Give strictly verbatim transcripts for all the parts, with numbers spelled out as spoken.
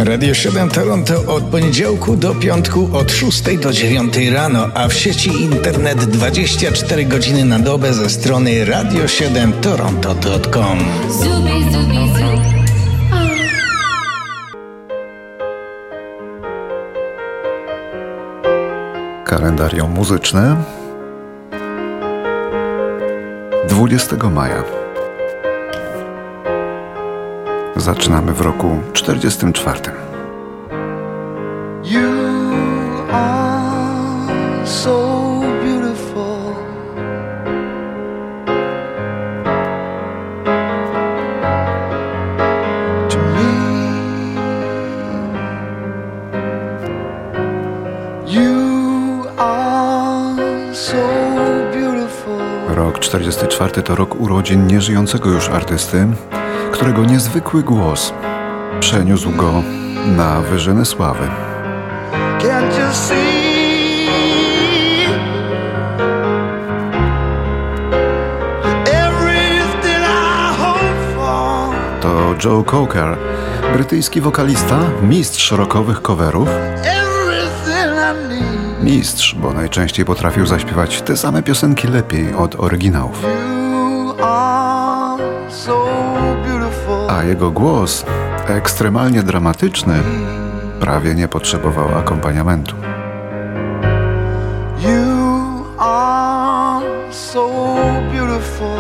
Radio siedem Toronto od poniedziałku do piątku od szóstej do dziewiątej rano, a w sieci internet dwadzieścia cztery godziny na dobę ze strony radio siedem toronto kropka com. Zubi, zubi, zubi. Kalendarium muzyczne dwudziestego maja. Zaczynamy w roku czterdziestym czwartym. You are so beautiful. To me, you are so beautiful. Rok czterdziesty czwarty to rok urodzin nieżyjącego już artysty, którego niezwykły głos przeniósł go na wyżyny sławy. Can't you see? Everything I hope for. To Joe Cocker, brytyjski wokalista, mistrz rockowych coverów. Everything I need. Mistrz, bo najczęściej potrafił zaśpiewać te same piosenki lepiej od oryginałów. You are so beautiful. A jego głos, ekstremalnie dramatyczny, prawie nie potrzebował akompaniamentu. You are so beautiful.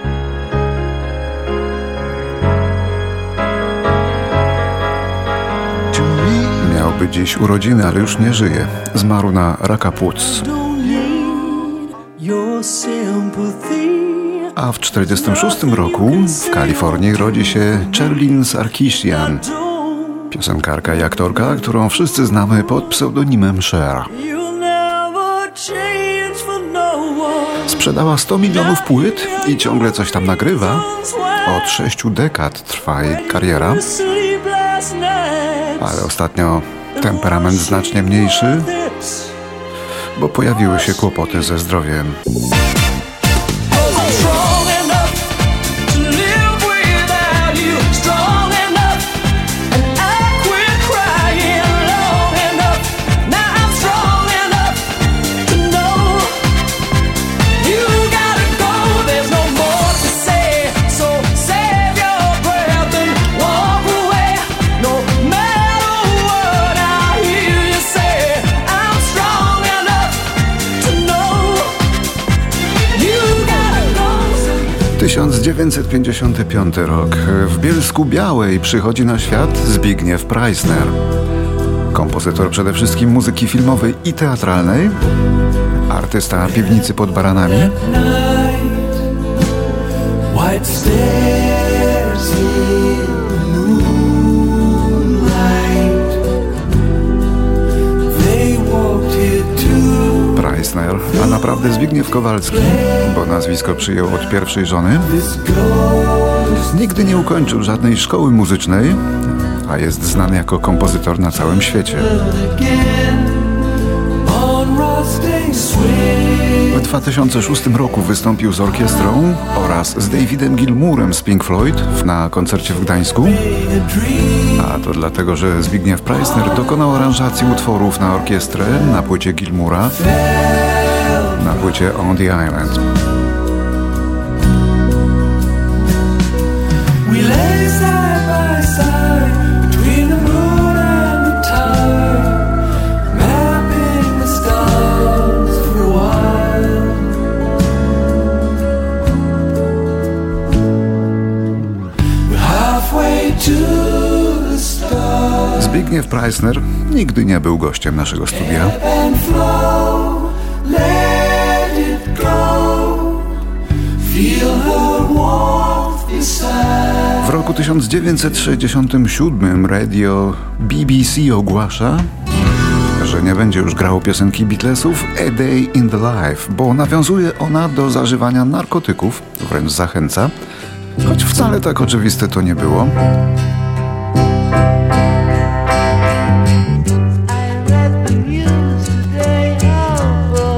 To me. Miałby dziś urodziny, ale już nie żyje. Zmarł na raka płuc. A w czterdziestym szóstym roku w Kalifornii rodzi się Cherlyn Sarkisian, piosenkarka i aktorka, którą wszyscy znamy pod pseudonimem Cher. Sprzedała sto milionów płyt i ciągle coś tam nagrywa. Od sześciu dekad trwa jej kariera, ale ostatnio temperament znacznie mniejszy, bo pojawiły się kłopoty ze zdrowiem. tysiąc dziewięćset pięćdziesiąty piąty rok. W Bielsku Białej przychodzi na świat Zbigniew Preissner. Kompozytor przede wszystkim muzyki filmowej i teatralnej, artysta piwnicy pod Baranami, Preissner, a naprawdę Zbigniew Kowalski, bo nazwisko przyjął od pierwszej żony. Nigdy nie ukończył żadnej szkoły muzycznej, a jest znany jako kompozytor na całym świecie. W dwa tysiące szóstym roku wystąpił z orkiestrą oraz z Davidem Gilmourem z Pink Floyd na koncercie w Gdańsku. A to dlatego, że Zbigniew Preissner dokonał aranżacji utworów na orkiestrę na płycie Gilmoura, na płycie On the Island. Zbigniew Preissner nigdy nie był gościem naszego studia. W roku tysiąc dziewięćset sześćdziesiątym siódmym radio B B C ogłasza, że nie będzie już grał piosenki Beatlesów A Day in the Life, bo nawiązuje ona do zażywania narkotyków, wręcz zachęca, choć wcale tak oczywiste to nie było.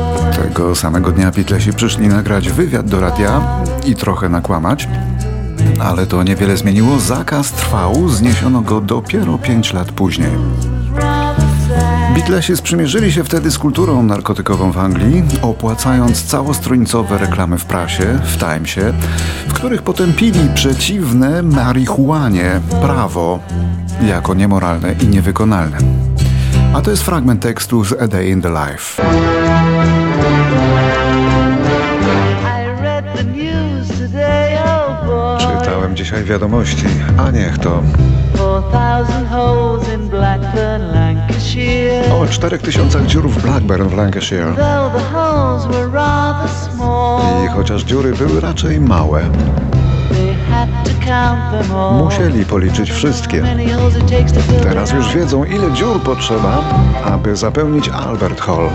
Tego samego dnia Beatlesi przyszli nagrać wywiad do radia i trochę nakłamać. ale to niewiele zmieniło. Zakaz trwał, zniesiono go dopiero pięć lat później. Beatlesi sprzymierzyli się wtedy z kulturą narkotykową w Anglii, opłacając całostronicowe reklamy w prasie, w Timesie, w których potępili przeciwne marihuanie prawo jako niemoralne i niewykonalne. A to jest fragment tekstu z A Day in the Life. Czytałem dzisiaj wiadomości, a niech to. O czterech tysiącach dziur w Blackburn w Lancashire. I chociaż dziury były raczej małe, musieli policzyć wszystkie. Teraz już wiedzą, ile dziur potrzeba, aby zapełnić Albert Hall.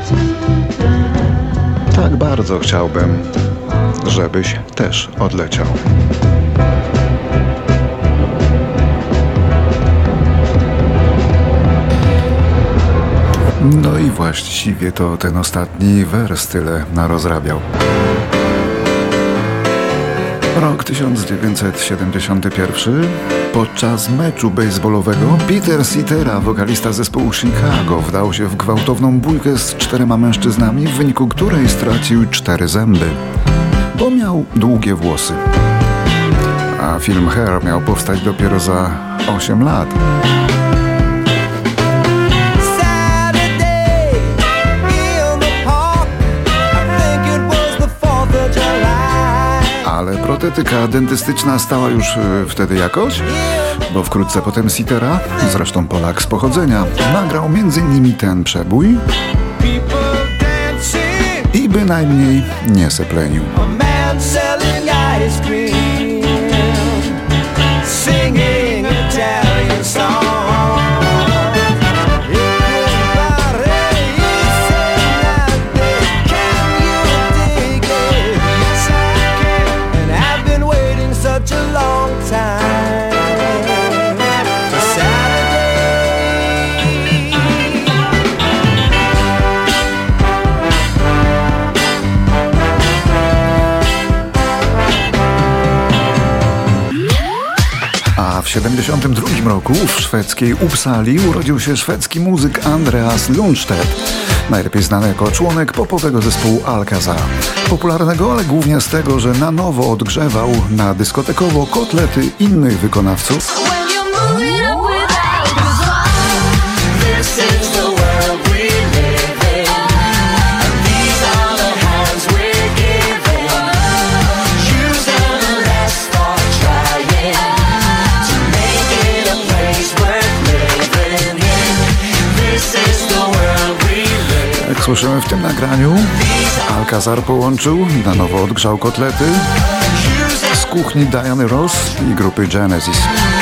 Tak bardzo chciałbym, żebyś też odleciał. No i właściwie to ten ostatni wers tyle narozrabiał. Rok tysiąc dziewięćset siedemdziesiąty pierwszy. Podczas meczu bejsbolowego Peter Cetera, wokalista zespołu Chicago, wdał się w gwałtowną bójkę z czterema mężczyznami, w wyniku której stracił cztery zęby, bo miał długie włosy. A film Hair miał powstać dopiero za osiem lat. Ale protetyka dentystyczna stała już wtedy jakoś, bo wkrótce potem Cetera, zresztą Polak z pochodzenia, nagrał między innymi ten przebój i bynajmniej nie seplenił. W siedemdziesiątym drugim roku w szwedzkiej Uppsali urodził się szwedzki muzyk Andreas Lundstedt, najlepiej znany jako członek popowego zespołu Alcazar. Popularnego, ale głównie z tego, że na nowo odgrzewał na dyskotekowo kotlety innych wykonawców. Jak słyszymy w tym nagraniu, Alcazar połączył, na nowo odgrzał kotlety z kuchni Diany Ross i grupy Genesis.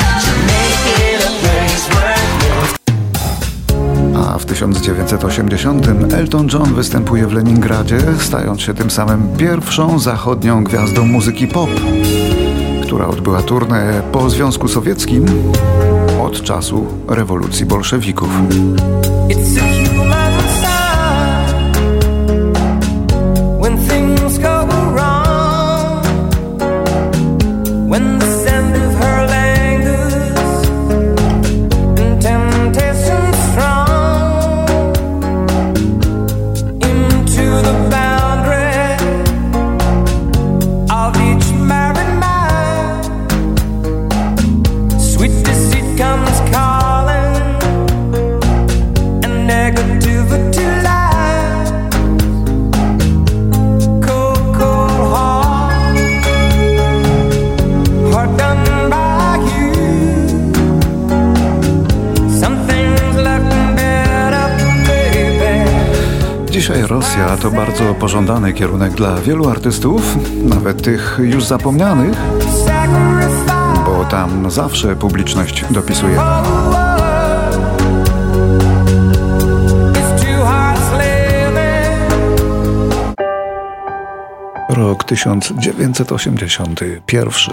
A w tysiąc dziewięćset osiemdziesiątym Elton John występuje w Leningradzie, stając się tym samym pierwszą zachodnią gwiazdą muzyki pop, która odbyła turnę po Związku Sowieckim od czasu rewolucji bolszewików. Dzisiaj Rosja to bardzo pożądany kierunek dla wielu artystów, nawet tych już zapomnianych, bo tam zawsze publiczność dopisuje. Rok tysiąc dziewięćset osiemdziesiąty pierwszy.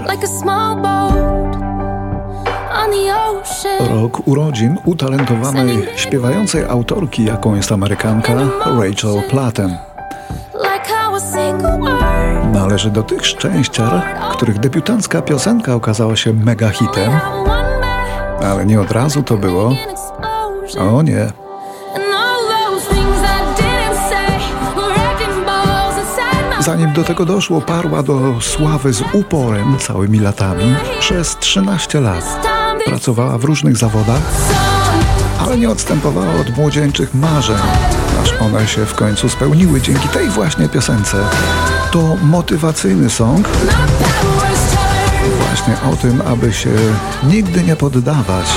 Rok urodzin utalentowanej, śpiewającej autorki, jaką jest Amerykanka Rachel Platten. Na należy do tych szczęściar, których debiutancka piosenka okazała się mega hitem, ale nie od razu to było. O nie. Zanim do tego doszło, parła do sławy z uporem całymi latami. Przez trzynaście lat pracowała w różnych zawodach, ale nie odstępowała od młodzieńczych marzeń, aż one się w końcu spełniły dzięki tej właśnie piosence. To motywacyjny song właśnie o tym, aby się nigdy nie poddawać.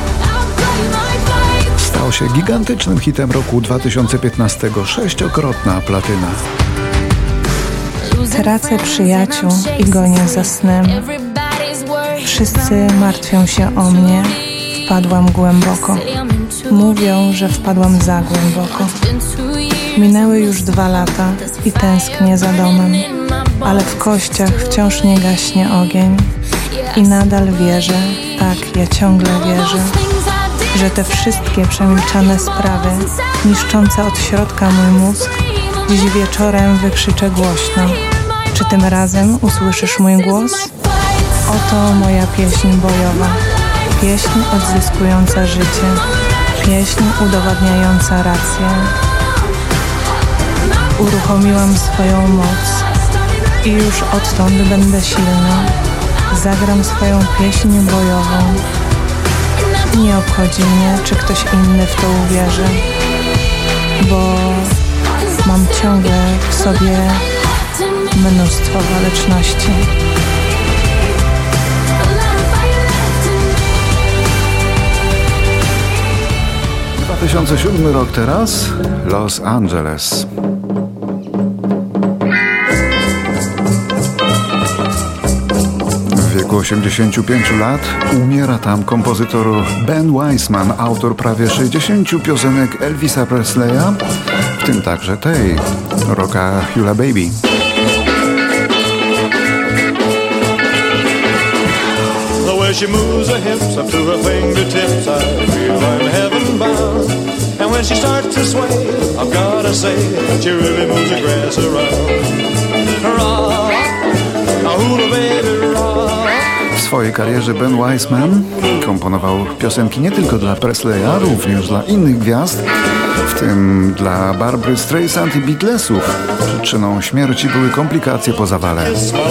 Stał się gigantycznym hitem roku dwa tysiące piętnastego, sześciokrotna platyna. Tracę przyjaciół i gonię za snem. Wszyscy martwią się o mnie. Wpadłam głęboko. Mówią, że wpadłam za głęboko. Minęły już dwa lata i tęsknię za domem, ale w kościach wciąż nie gaśnie ogień. I nadal wierzę, tak, ja ciągle wierzę, że te wszystkie przemilczane sprawy, niszczące od środka mój mózg, dziś wieczorem wykrzyczę głośno. Czy tym razem usłyszysz mój głos? Oto moja pieśń bojowa, pieśń odzyskująca życie, pieśń udowadniająca rację. Uruchomiłam swoją moc i już odtąd będę silna. Zagram swoją pieśń bojową. Nie obchodzi mnie, czy ktoś inny w to uwierzy, bo mam ciągle w sobie mnóstwo waleczności. dwa tysiące siódmy rok teraz, Los Angeles. W wieku osiemdziesięciu pięciu lat umiera tam kompozytor Ben Weissman, autor prawie sześćdziesięciu piosenek Elvisa Presleya, w tym także tej, Rockahula Baby. The way she moves her hips up to her fingertips, I feel I'm heaven bound. And when she starts to sway, I've gotta say, she really moves the grass around. Rock, ahula baby, rock. W swojej karierze Ben Weissman komponował piosenki nie tylko dla Presleya, również dla innych gwiazd, w tym dla Barbry Streisand i Beatlesów. Przyczyną śmierci były komplikacje po zawale.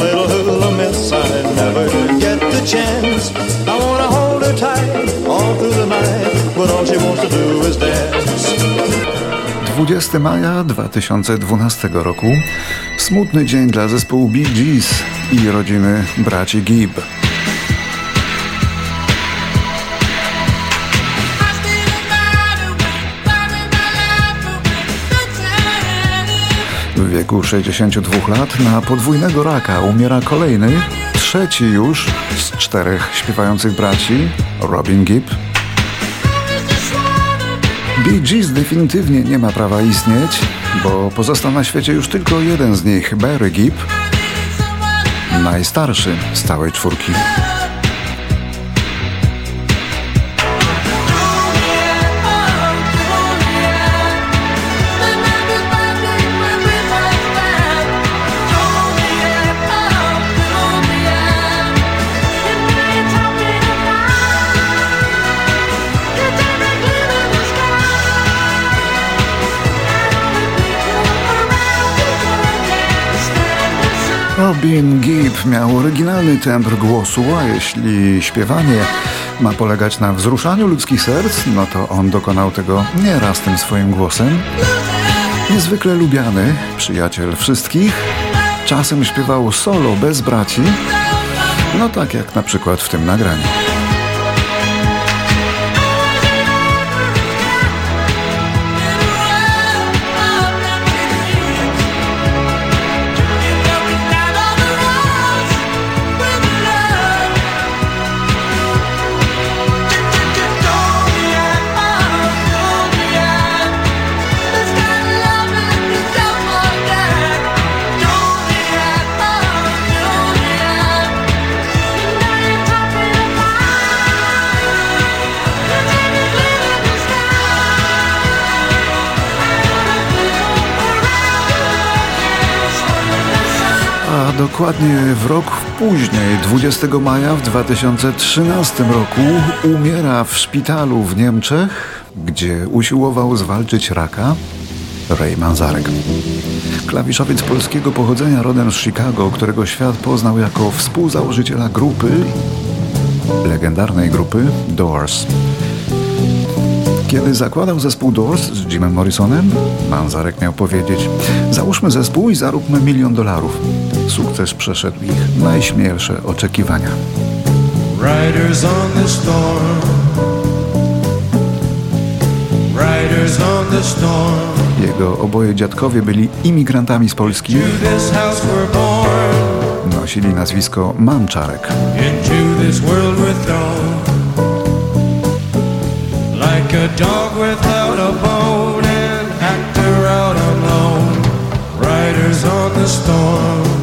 dwudziestego maja dwa tysiące dwunastego roku. Smutny dzień dla zespołu Bee Gees i rodziny braci Gibb. W wieku sześćdziesięciu dwóch lat na podwójnego raka umiera kolejny, trzeci już z czterech śpiewających braci, Robin Gibb. Bee Gees definitywnie nie ma prawa istnieć, bo pozostał na świecie już tylko jeden z nich, Barry Gibb, najstarszy z całej czwórki. Robin Gibb miał oryginalny tembr głosu, a jeśli śpiewanie ma polegać na wzruszaniu ludzkich serc, no to on dokonał tego nieraz tym swoim głosem. Niezwykle lubiany, przyjaciel wszystkich, czasem śpiewał solo bez braci, no tak jak na przykład w tym nagraniu. dokładnie w rok później, dwudziestego maja w dwa tysiące trzynastym roku, umiera w szpitalu w Niemczech, gdzie usiłował zwalczyć raka, Ray Manzarek. Klawiszowiec polskiego pochodzenia, rodem z Chicago, którego świat poznał jako współzałożyciela grupy, legendarnej grupy Doors. Kiedy zakładał zespół Doors z Jimem Morrisonem, Manzarek miał powiedzieć: załóżmy zespół i zaróbmy milion dolarów. Sukces przeszedł ich najśmielsze oczekiwania. Riders on the storm. Riders on the storm. Jego oboje dziadkowie byli imigrantami z Polski. Nosili nazwisko Manczarek. Into this world withdrawn. Like a dog without a bone, an actor out alone. Riders on the storm.